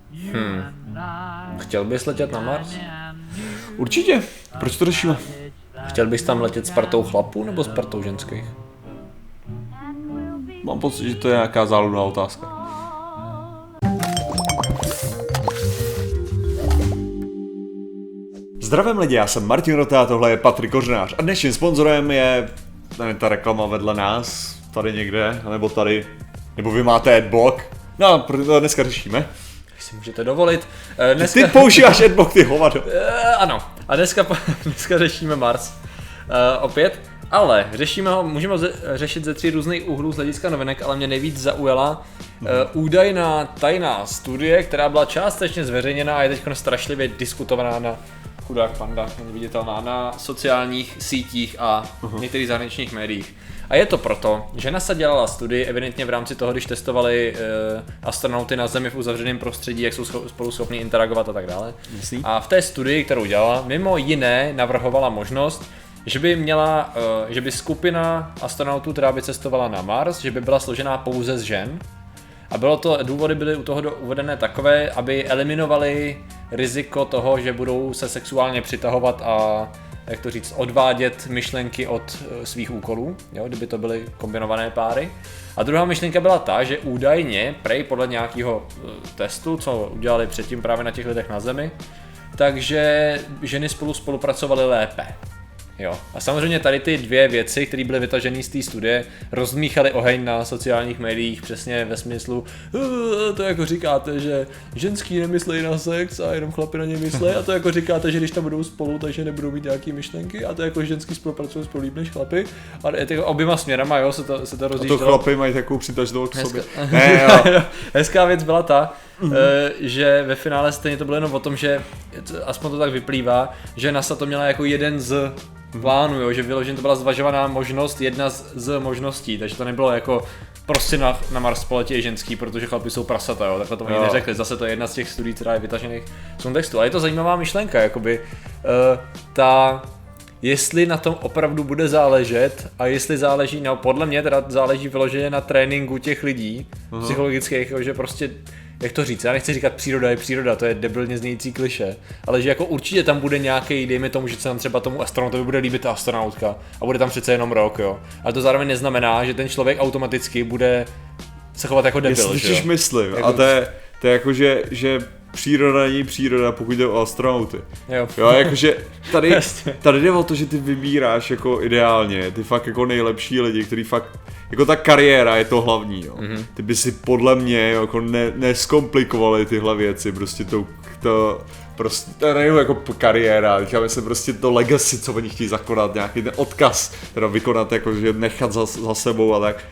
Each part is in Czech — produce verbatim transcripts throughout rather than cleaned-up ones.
Hmm. Chtěl bys letět na Mars? Určitě. Proč to řešíme? Chtěl bys tam letět s partou chlapů nebo s partou ženských? Mám pocit, že to je nějaká záludná otázka. Zdravím lidi, já jsem Martin Rota, tohle je Patrik Kořenář a dnešním sponzorem je, nevím, ta reklama vedle nás, tady někde, nebo tady, nebo vy máte Adblock. No, to dneska řešíme. Si můžete dovolit. Dneska... Ty používáš Adblock, ty hovado. Ano, a dneska, dneska řešíme Mars. Uh, opět, ale řešíme ho, můžeme ho ze, řešit ze tří různých úhlů z hlediska novinek, ale mě nejvíc zaujala uh, údajná tajná studie, která byla částečně zveřejněna a je teď strašlivě diskutovaná na chudák panda, není viditelná, na sociálních sítích a uh-huh. některých zahraničních médiích. A je to proto, že NASA dělala studii evidentně v rámci toho, když testovali uh, astronauty na Zemi v uzavřeném prostředí, jak jsou scho- spolu schopni interagovat a tak dále. Jasný. A v té studii, kterou dělala, mimo jiné navrhovala možnost, že by měla, uh, že by skupina astronautů, která by cestovala na Mars, že by byla složená pouze z žen. A bylo to, důvody byly u toho uvedené takové, aby eliminovali riziko toho, že budou se sexuálně přitahovat a, jak to říct, odvádět myšlenky od uh, svých úkolů, jo, kdyby to byly kombinované páry. A druhá myšlenka byla ta, že údajně, prej podle nějakého uh, testu, co udělali předtím právě na těch lidech na Zemi, takže ženy spolu spolupracovaly lépe. Jo. A samozřejmě tady ty dvě věci, které byly vytažené z té studie, rozmíchaly oheň na sociálních médiích přesně ve smyslu to jako říkáte, že ženský nemyslejí na sex a jenom chlapi na ně myslejí a to jako říkáte, že když tam budou spolu, takže nebudou mít nějaký myšlenky a to jako ženský spolupracují spolu líp než chlapi a je to oběma směrama, jo, se to, se to rozjíždělo. A to chlapi mají takovou přitažlivost k sobě. Ne, jo. Hezká věc byla ta, mm-hmm. že ve finále stejně to bylo jenom o tom, že aspoň to tak vyplývá, že NASA to měla jako jeden z plánu, jo, že vyloženě to byla zvažovaná možnost, jedna z, z možností, takže to nebylo jako prostě na, na Mars poletí je ženský, protože chlapi jsou prasata, jo, takhle to oni neřekli, zase to je jedna z těch studií, která je vytažených z kontextu, ale je to zajímavá myšlenka, jakoby uh, ta, jestli na tom opravdu bude záležet a jestli záleží, no podle mě teda záleží vyloženě na tréninku těch lidí, uh-huh. psychologických, jo, že prostě jak to říct, já nechci říkat příroda je příroda, to je debilně znějící klišé, ale že jako určitě tam bude nějaký, dejme tomu, že se tam třeba tomu astronautovi bude líbit ta astronautka a bude tam přece jenom rok, jo. Ale to zároveň neznamená, že ten člověk automaticky bude se chovat jako debil, že jo. Jestli myslím, jako... a to je, to je jako, že, že příroda není příroda, pokud jde o astronauty. Jo. Jo, jakože tady, tady jde o to, že ty vybíráš jako ideálně, ty fakt jako nejlepší lidi, který fakt, jako ta kariéra je to hlavní, jo. Mm-hmm. Ty by si podle mě jako ne, neskomplikovali tyhle věci, prostě to, to prostě, to není jako kariéra, říkáme se prostě to legacy, co oni chtějí zakonat, nějaký ten odkaz, teda vykonat, jako že nechat za, za sebou a tak.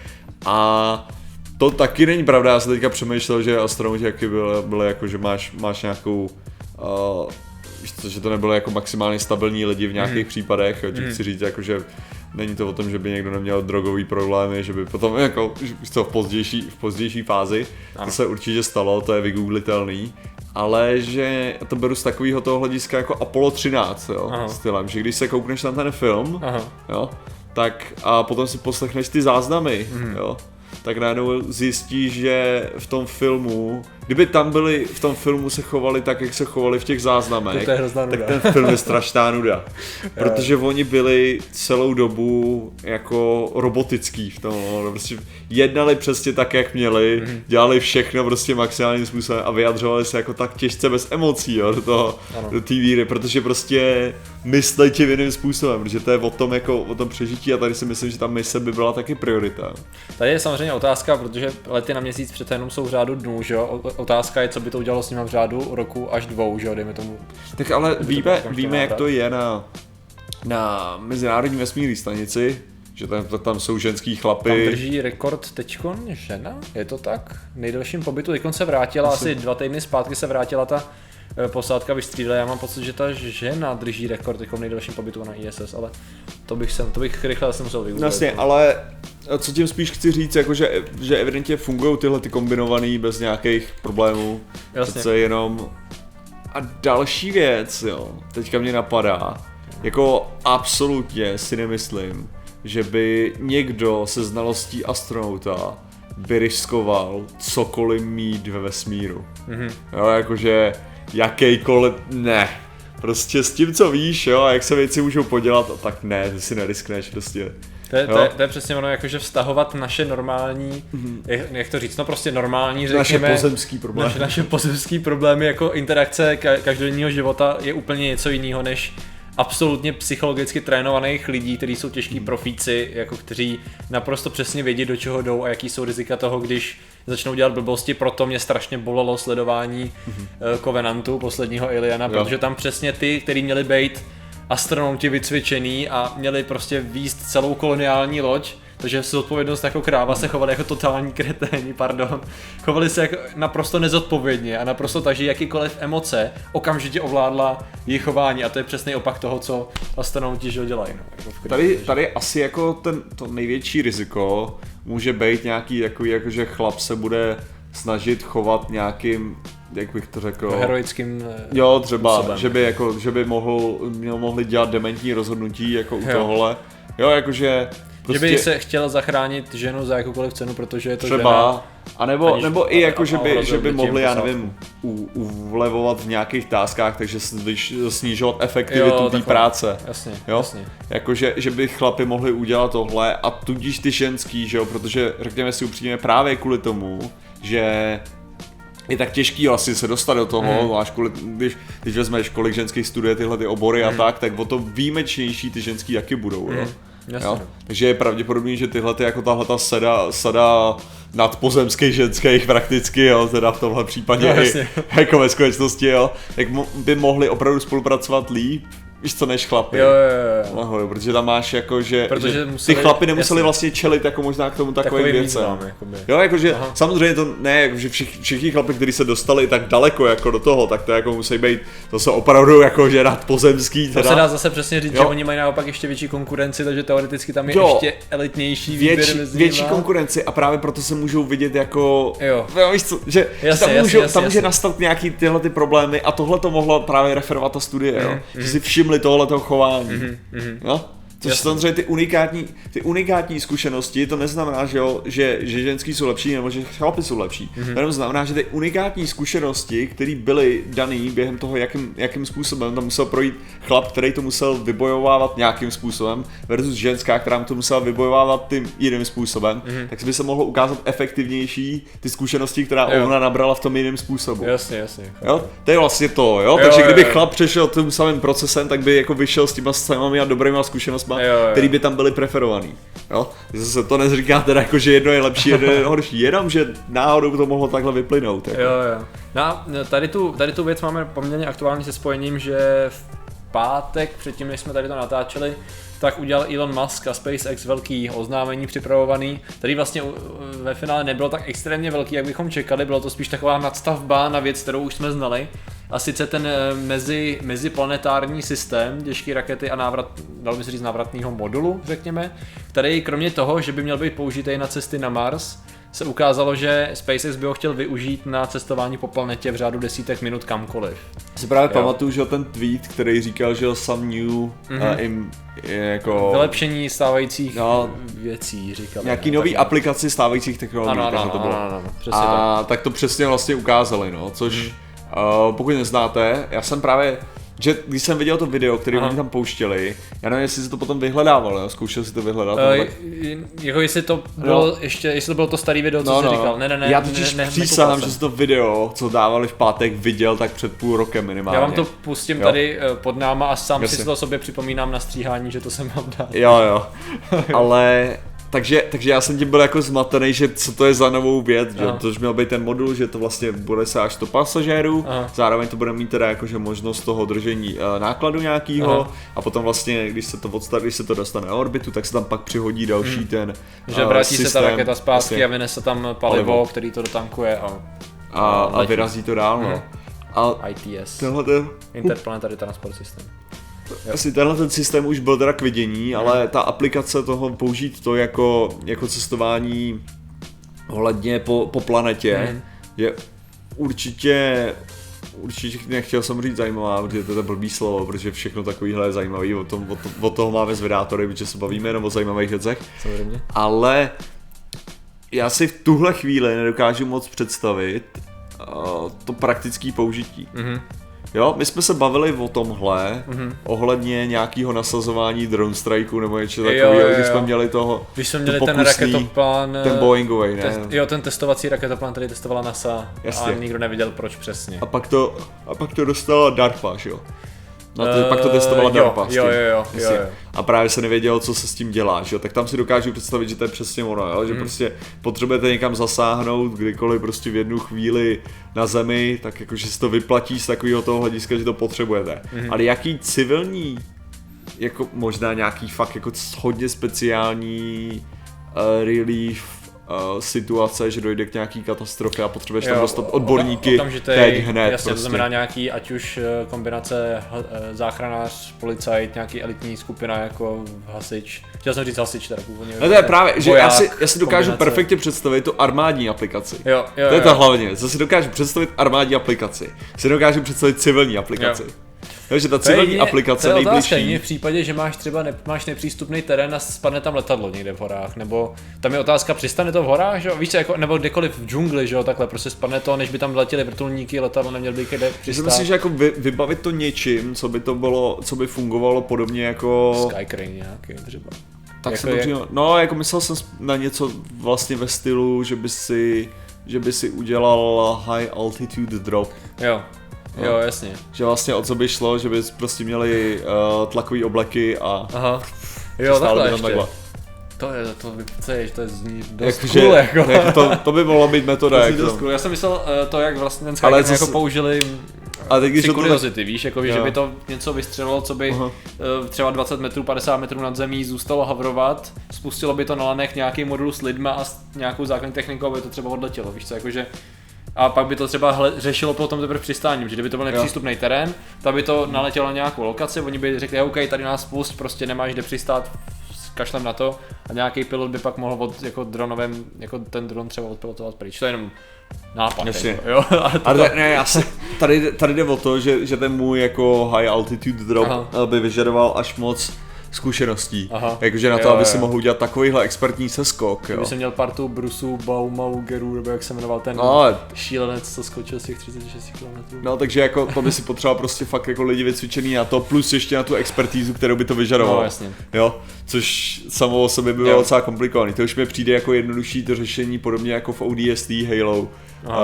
A to taky není pravda, já jsem teďka přemýšlel, že astronauti jaký byly, byly jako, že máš, máš nějakou, uh, víš co, že to nebylo jako maximálně stabilní lidi v nějakých mm. případech, jo, mm. chci říct, jako, že není to o tom, že by někdo neměl drogový problémy, že by potom jako, co v pozdější, v pozdější fázi, ano. To se určitě stalo, to je vygooglitelný, ale že to beru z takového toho hlediska jako Apollo třináct, jo, stylem, že když se koukneš na ten film, aha. jo, tak a potom si poslechneš ty záznamy, mm. jo, tak najednou zjistíš, že v tom filmu, kdyby tam byli, v tom filmu se chovali tak, jak se chovali v těch záznamech, tak ten film je strašná nuda. Protože oni byli celou dobu jako robotický v tom, no, prostě jednali přesně tak, jak měli, dělali všechno prostě maximálním způsobem a vyjadřovali se jako tak těžce bez emocí, jo, do toho, ano. do té víry, protože prostě myslej tím jiným způsobem, protože to je o tom, jako, o tom přežití a tady si myslím, že ta mise by byla taky priorita. Tady je samozřejmě otázka, protože lety na měsíc přece jenom jsou v řádu dnů, že jo? Otázka je, co by to udělalo s nimi v řádu roku až dvou, že jo, dejme tomu. Tak ale víme, víme jak to je na, na mezinárodní vesmírné stanici, že tam, tam jsou ženský chlapy. Tam drží rekord teďkon žena, je to tak? V nejdelším pobytu, teďkon se vrátila, asi, asi dva týdny zpátky se vrátila ta posádka vystřídala, já mám pocit, že ta žena drží rekord jako v nejdelším pobytu na I S S, ale to bych, sem, to bych rychle asi musel vygooglovat. Jasně, ale co tím spíš chci říct, jako že, že evidentně fungují tyhle ty kombinovaný bez nějakých problémů, přece jenom. A další věc, jo, teďka mě napadá, jako absolutně si nemyslím, že by někdo se znalostí astronauta by riskoval cokoliv mít ve vesmíru. Mm-hmm. Jo, jakože jakýkoliv, ne. Prostě s tím, co víš, jo, a jak se věci můžou podělat, tak ne, ty si neriskneš prostě. To je, to, je, to je přesně ono, jakože vztahovat naše normální, mm-hmm. jak, jak to říct, no prostě normální, řekněme, naše pozemský problémy. Naše, naše pozemský problémy jako interakce ka- každodenního života je úplně něco jiného než absolutně psychologicky trénovaných lidí, kteří jsou těžký profíci, jako kteří naprosto přesně vědí, do čeho jdou a jaký jsou rizika toho, když začnou dělat blbosti. Proto mě strašně bolelo sledování mm-hmm. Covenantu, posledního Aliena, jo. Protože tam přesně ty, kteří měli být astronauti vycvičený a měli prostě víst celou koloniální loď, takže s odpovědnost jako kráva se chovali jako totální kreténi, pardon. Chovali se jako naprosto nezodpovědně a naprosto tak, že jakýkoliv emoce okamžitě ovládla jejich chování a to je přesný opak toho, co astronauti že dělají. No, jako tady, tady asi jako ten, to největší riziko může být nějaký takový, jako že chlap se bude snažit chovat nějakým, jak bych to řekl, heroickým jo, třeba, způsobem. že by, jako, že by mohl, mohli dělat dementní rozhodnutí jako u jo. tohle. Jo, jakože prostě, že by se chtěl zachránit ženu za jakoukoliv cenu, protože je to třeba, žena. A nebo, nebo i jako, že by, že by mohli, já nevím, u, uvlevovat v nějakých táskách, takže snižovat efektivitu té práce. Jasně, jo? jasně. Jakože, že by chlapi mohli udělat tohle a tudíž ty ženský, že jo, protože řekněme si upřímně právě kvůli tomu, že je tak těžký vlastně se dostat do toho, mm. máš kvůli, když, když vezmeš kolik ženských studuje tyhle ty obory mm. a tak, tak o to výjimečnější ty ženský taky budou, mm. jo. Jo? Takže je pravděpodobný, že tyhle ty, jako tahle ta sada, sada nadpozemských ženských prakticky, jo, teda v tomhle případě no, i, jako ve skutečnosti, jo, tak mo- by mohli opravdu spolupracovat líp, víš co, než chlapy. Jo, jo, jo. Nahoru, protože tam máš jako, že, že museli, ty chlapy nemuseli jasný. vlastně čelit jako možná k tomu takovým Takový věcem. Jo, jakože samozřejmě to ne, jakože všich, všichni chlapi, kteří se dostali tak daleko jako do toho, tak to jako musí být, to jsou opravdu jako že nadpozemský. To se dá zase přesně říct, jo. Že oni mají naopak ještě větší konkurenci, takže teoreticky tam je jo. ještě elitnější výběr větší, mezi větší konkurenci a právě proto se můžou vidět jako, jo. Jo, víš co, že, jasně, že tam, můžou, jasně, tam jasně, může nastat nějaký tyhle ty problémy a tohle to mohlo právě referovat ta studie, jo, mm, že mm. si všimli tohle toho chování, mm, mm. jo. Což jasně. Samozřejmě ty unikátní, ty unikátní zkušenosti, to neznamená, že, jo, že, že ženský jsou lepší nebo že chlapi jsou lepší. Mm-hmm. To jenom znamená, že ty unikátní zkušenosti, které byly dané během toho, jakým, jakým způsobem tam musel projít chlap, který to musel vybojovávat nějakým způsobem, versus ženská, která to musela vybojovávat tím jiným způsobem, mm-hmm. tak by se mohlo ukázat efektivnější ty zkušenosti, která jo. ona nabrala v tom jiném způsobu. Jasně, jasně. Jo? To je vlastně to, jo? jo Takže jo, kdyby jo. chlap přešel tím samým procesem, tak by jako vyšel s těma samými a dobrýma zkušenostmi, Jo, jo. který by tam byly preferovaný. Jo? Zase to neříká teda jako, že jedno je lepší, jedno je horší, jenom že náhodou to mohlo takhle vyplynout. Jako. Jo, jo. No, tady tu, tady tu věc máme poměrně aktuální se spojením, že v pátek, předtím než jsme tady to natáčeli, tak udělal Elon Musk a SpaceX velký oznámení připravovaný, který vlastně ve finále nebylo tak extrémně velký, jak bychom čekali, bylo to spíš taková nadstavba na věc, kterou už jsme znali. A sice ten mezi, meziplanetární systém těžké rakety a návrat, dalo by se říct návratného modulu, řekněme, který kromě toho, že by měl být použitý na cesty na Mars, se ukázalo, že SpaceX by ho chtěl využít na cestování po planetě v řádu desítek minut kamkoliv. Si právě pamatuju, že ten tweet, který říkal, že some new mm-hmm. uh, im, jako... vylepšení stávajících no, věcí, říkal. Nějaký nový tak, aplikaci stávajících technologií, ano, ano, to bylo. Ano, ano, přesně a tak. tak to přesně vlastně ukázali, no, což mm. uh, pokud neznáte, já jsem právě že když jsem viděl to video, které oni tam pouštěli, já nevím, jestli si to potom vyhledával, jo? Zkoušel si to vyhledat. Uh, jako jestli to bylo no. ještě, jestli to bylo to staré video, co no, jsi no. říkal. Ne, ne, ne. Já totiž ne, ne, přísahám, že si to video, co dávali v pátek, viděl tak před půl rokem minimálně. Já vám to pustím jo? tady pod náma a sám Jasně. si to sobě připomínám na stříhání, že to jsem vám dal. Jo, jo. Ale... Takže, takže já jsem tím byl jako zmatený, že co to je za novou věc, že to už měl být ten modul, že to vlastně bude se až to pasažérů, Aha. zároveň to bude mít teda jakože možnost toho držení uh, nákladu nějakýho a potom vlastně, když se to odstar, když se to dostane na orbitu, tak se tam pak přihodí další hmm. ten uh, Že vrátí systém, se ta raketa zpátky vlastně, a vynese tam palivo, palivo, který to dotankuje a, a, a vyrazí to dál, hmm. no. A I T S, tenhle ten... Interplanetary Transport System. Asi tenhle ten systém už byl teda k vidění, mm. ale ta aplikace toho použít to jako, jako cestování ohledně po, po planetě mm. je určitě, určitě nechtěl jsem říct zajímavá, protože to je blbý slovo, protože všechno takovýhle je zajímavý, o, tom, o, to, o toho máme zvědátory, protože se bavíme jenom o zajímavých věcech, ale já si v tuhle chvíli nedokážu moc představit uh, to praktické použití. Mm-hmm. Jo, my jsme se bavili o tomhle, mm-hmm. ohledně nějakého nasazování drone strike'u nebo něco takového, když jsme měli toho Když jsme měli ten raketoplán, ten Boeingovej, ne? Test, jo, ten testovací raketoplán, který testovala NASA. Jasně. A nikdo nevěděl proč přesně. A pak to, a pak to dostala DARPA, že jo? Na to, uh, pak to testovala DARPA. Jo, jo, jo, jo, jo. A právě se nevědělo, co se s tím dělá, že jo? Tak tam si dokážu představit, že to je přesně ono, jo? Že mm. prostě potřebujete někam zasáhnout, kdykoliv prostě v jednu chvíli na zemi, tak jakože si to vyplatí z takového toho hlediska, že to potřebujete. Mm. Ale jaký civilní, jako možná nějaký fakt jako hodně speciální uh, relief Uh, situace, že dojde k nějaký katastrofě a potřebuješ jo, tam dostat odborníky teď hned. Jasně, prostě. To znamená nějaký, ať už kombinace záchranář, policajt, nějaký elitní skupina jako hasič. Chtěl jsem říct hasič teda původně. No to je právě, že voják, já, si, já si dokážu kombinace. Perfektně představit tu armádní aplikaci. Jo, jo, to je jo. to hlavně, co si dokážu představit armádní aplikaci. Si dokážu představit civilní aplikaci. Jo. Takže ta civilní je, aplikace nejbližší. To je otázka, v případě, že máš třeba ne, máš nepřístupný terén a spadne tam letadlo někde v horách, nebo tam je otázka, přistane to v horách, že? Víš co, jako, nebo kdekoliv v džungli, že jo, takhle prostě spadne to, než by tam letěli vrtulníky, letadlo neměl by kde přistát. Myslím si, že jako vy, vybavit to něčím, co by to bylo, co by fungovalo podobně jako Skycrane nějaký třeba. Tak jako jsem to jak... No, jako myslel jsem na něco vlastně ve stylu, že by si, že by si udělal high altitude drop. Jo. No. Jo, jasně. Že vlastně o co by šlo, že by prostě měli uh, tlakové obleky a... Aha. Jo, takhle ještě. Takhle. To je, to, to je, to je zní dost jak, cool, jako. jako to, to by mohlo být metoda, jak to. Cool. Já jsem myslel uh, to, jak vlastně ten Skycrane jako zase... použili a teď, si kuriozity, víš, jako, že by to něco vystřelilo, co by uh, třeba dvacet metrů, padesát metrů nad zemí zůstalo havrovat, spustilo by to na lanech nějaký modul s lidma a s nějakou základní technikou, aby to třeba odletělo, víš co, jakože. A pak by to třeba hle, řešilo potom teprve přistáním, že kdyby to byl nepřístupný terén, tak by to naletělo na nějakou lokaci, oni by řekli, OK, tady nás pust, prostě nemáš kde přistát, kašlem na to a nějaký pilot by pak mohl od jako dronovém, jako ten dron třeba odpilotovat pryč, to je jenom nápad. Jasně. Jo, ale to ale ne, asi, tady, tady jde o to, že, že ten můj jako high altitude drop Aha. by vyžadoval až moc zkušeností. Jakože na to, jo, aby jo. si mohl udělat takovýhle expertní seskok. Kdyby jsem měl partu Bruceů, Baumaugerů, nebo jak se jmenoval ten no, šílenec, co skočil z těch třicet šest kilometrů. No takže jako to by si potřeboval prostě fakt jako lidi vycvičený na to, plus ještě na tu expertízu, kterou by to vyžadovalo. No, jasně. Jo, což samo o sobě by bylo docela komplikovaný. To už mi přijde jako jednodušší to řešení, podobně jako v O D S T Halo, uh,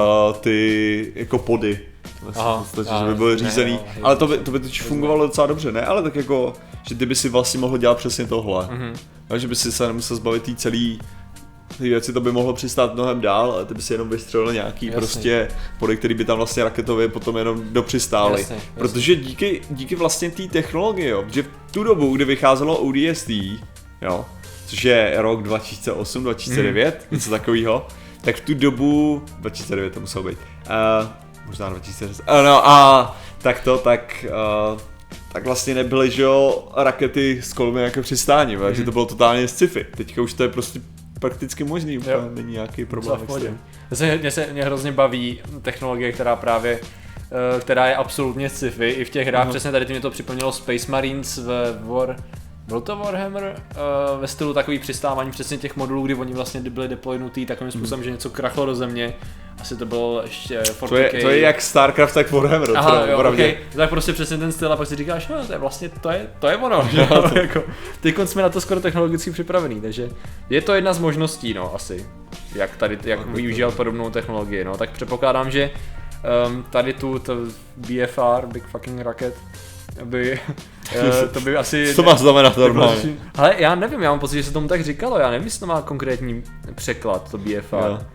ty jako pody. Aha, vlastně, že by byl řízený, ne, jo, ale to by, to by totiž fungovalo docela dobře, ne? Ale tak jako, že ty by si vlastně mohl dělat přesně tohle. Mm-hmm. A že by si se nemusel zbavit tý celý ty věci, to by mohlo přistát mnohem dál, ale ty by si jenom vystřelil nějaký jasný. Prostě pody, který by tam vlastně raketově potom jenom dopřistály. Jasný, jasný. Protože díky, díky vlastně té technologii, jo, že v tu dobu, kdy vycházelo O D S T, jo, což je rok dva tisíce osm dva tisíce devět, mm. něco takového, tak v tu dobu, dva tisíce devět to muselo být, uh, možná dva tisíce šest. No a tak to, tak, uh, tak vlastně nebyly, že jo, rakety s kolem nějaké přistání, mm. takže to bylo totálně sci-fi. Teďka už to je prostě prakticky možný, úplně není nějaký problém. Mě se mě hrozně baví technologie, která právě, uh, která je absolutně sci-fi, i v těch hrách, uh-huh. přesně tady mě to připomnělo Space Marines v War... Byl to Warhammer uh, ve stylu takový přistávání přesně těch modulů, kdy oni vlastně byli deploynutý takovým způsobem, mm. že něco krachlo do země. Asi to bylo ještě to je, to je jak Starcraft, tak Warhammer. Aha, jo, okay. Tak prostě přesně ten styl a pak si říkáš, no to je vlastně, to je, to je ono. No, to jako, teď jsme na to skoro technologicky připravený, takže je to jedna z možností, no asi, jak tady, jak využívat podobnou technologii, no tak předpokládám, že um, tady tu to B F R, Big Fucking Rocket, by, uh, to by asi... Co to má znamenat normálně? Ale já nevím, já mám pocit, že se tomu tak říkalo, já nevím, jestli to má konkrétní překlad, to B F R. Jo.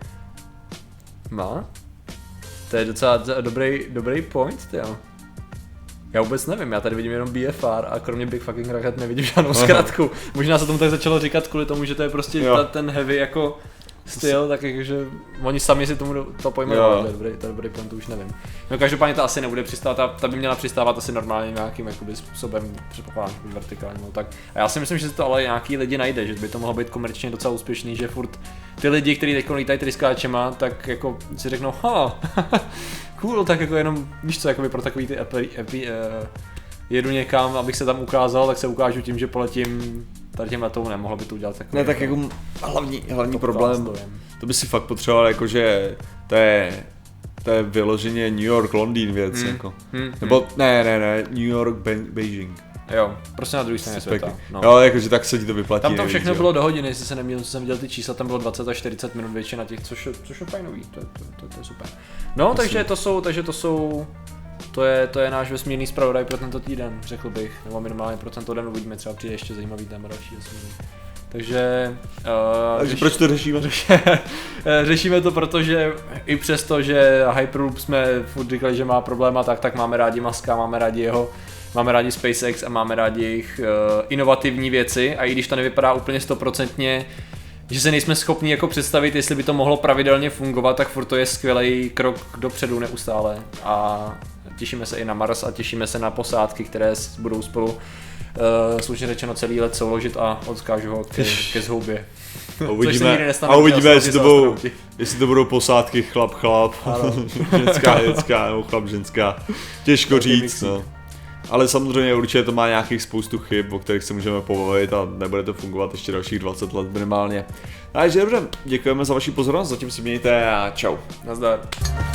Má? To je docela dobrý, dobrý point, jo. Já vůbec nevím, já tady vidím jenom B F R a kromě Big Fucking Rocket nevidím žádnou zkratku. Možná se tomu tak začalo říkat kvůli tomu, že to je prostě ta, ten heavy jako styl, tak jakože oni sami si tomu to pojmenovali, to je dobrý, to je dobrý point, to už nevím. No každopádně to asi nebude přistávat, ta, ta by měla přistávat asi normálně nějakým jakoby způsobem, předpokládám, že by vertikálně, no tak. A já si myslím, že to ale nějaký lidi najde, že by to mohlo být komerčně docela úspěšný, že furt ty lidi, kteří teď lítají tryskáčema, tak jako si řeknou, ha, cool, tak jako jenom, víš co, jakoby pro takový ty epi, epi, uh, jedu někam, abych se tam ukázal, tak se ukážu tím, že poletím tady těm letounem, mohlo by to udělat takový. Ne, tak jako hlavní, hlavní problém, to by si fakt potřeboval, jakože to je, to je vyloženě New York, Londýn věc, hmm. jako. Hmm. Nebo ne, ne, ne, New York, Beijing. Jo, prostě na druhé straně světa. No. Jo, jakože tak se ti to vyplatí. Tam to nejvíc, všechno jo. bylo do hodiny, jestli se neměl, co jsem viděl ty čísla, tam bylo dvacet až čtyřicet minut většina těch, což je, což je fajnový, to je, to, to, to je super. No, Myslím. takže to jsou, takže to jsou, to je, to je náš vesmírný zpravodaj pro tento týden, řekl bych, nebo minimálně pro tento den uvidíme, třeba přijde ještě zajímavý téma další vesmírný. Takže, uh, Takže řeš... proč to řešíme? Řešíme to, protože i přesto, že Hyperloop jsme furt říkali, že má problém a tak, tak máme rádi Muska, máme rádi jeho, máme rádi SpaceX a máme rádi jejich uh, inovativní věci a i když to nevypadá úplně stoprocentně, že se nejsme schopni jako představit, jestli by to mohlo pravidelně fungovat, tak furt to je skvělý krok dopředu neustále a těšíme se i na Mars a těšíme se na posádky, které budou spolu uh, slušně řečeno celý let souložit a odskážu ho ke, ke zhoubě. A uvidíme, a uvidíme jestli, to budou, jestli to budou posádky chlap chlap, ženská ženská nebo chlap ženská, těžko říct, no. Ale samozřejmě určitě to má nějakých spoustu chyb, o kterých se můžeme pobavit a nebude to fungovat ještě dalších dvacet let minimálně. Takže dobře, děkujeme za vaši pozornost, zatím si mějte a čau. Nazdar.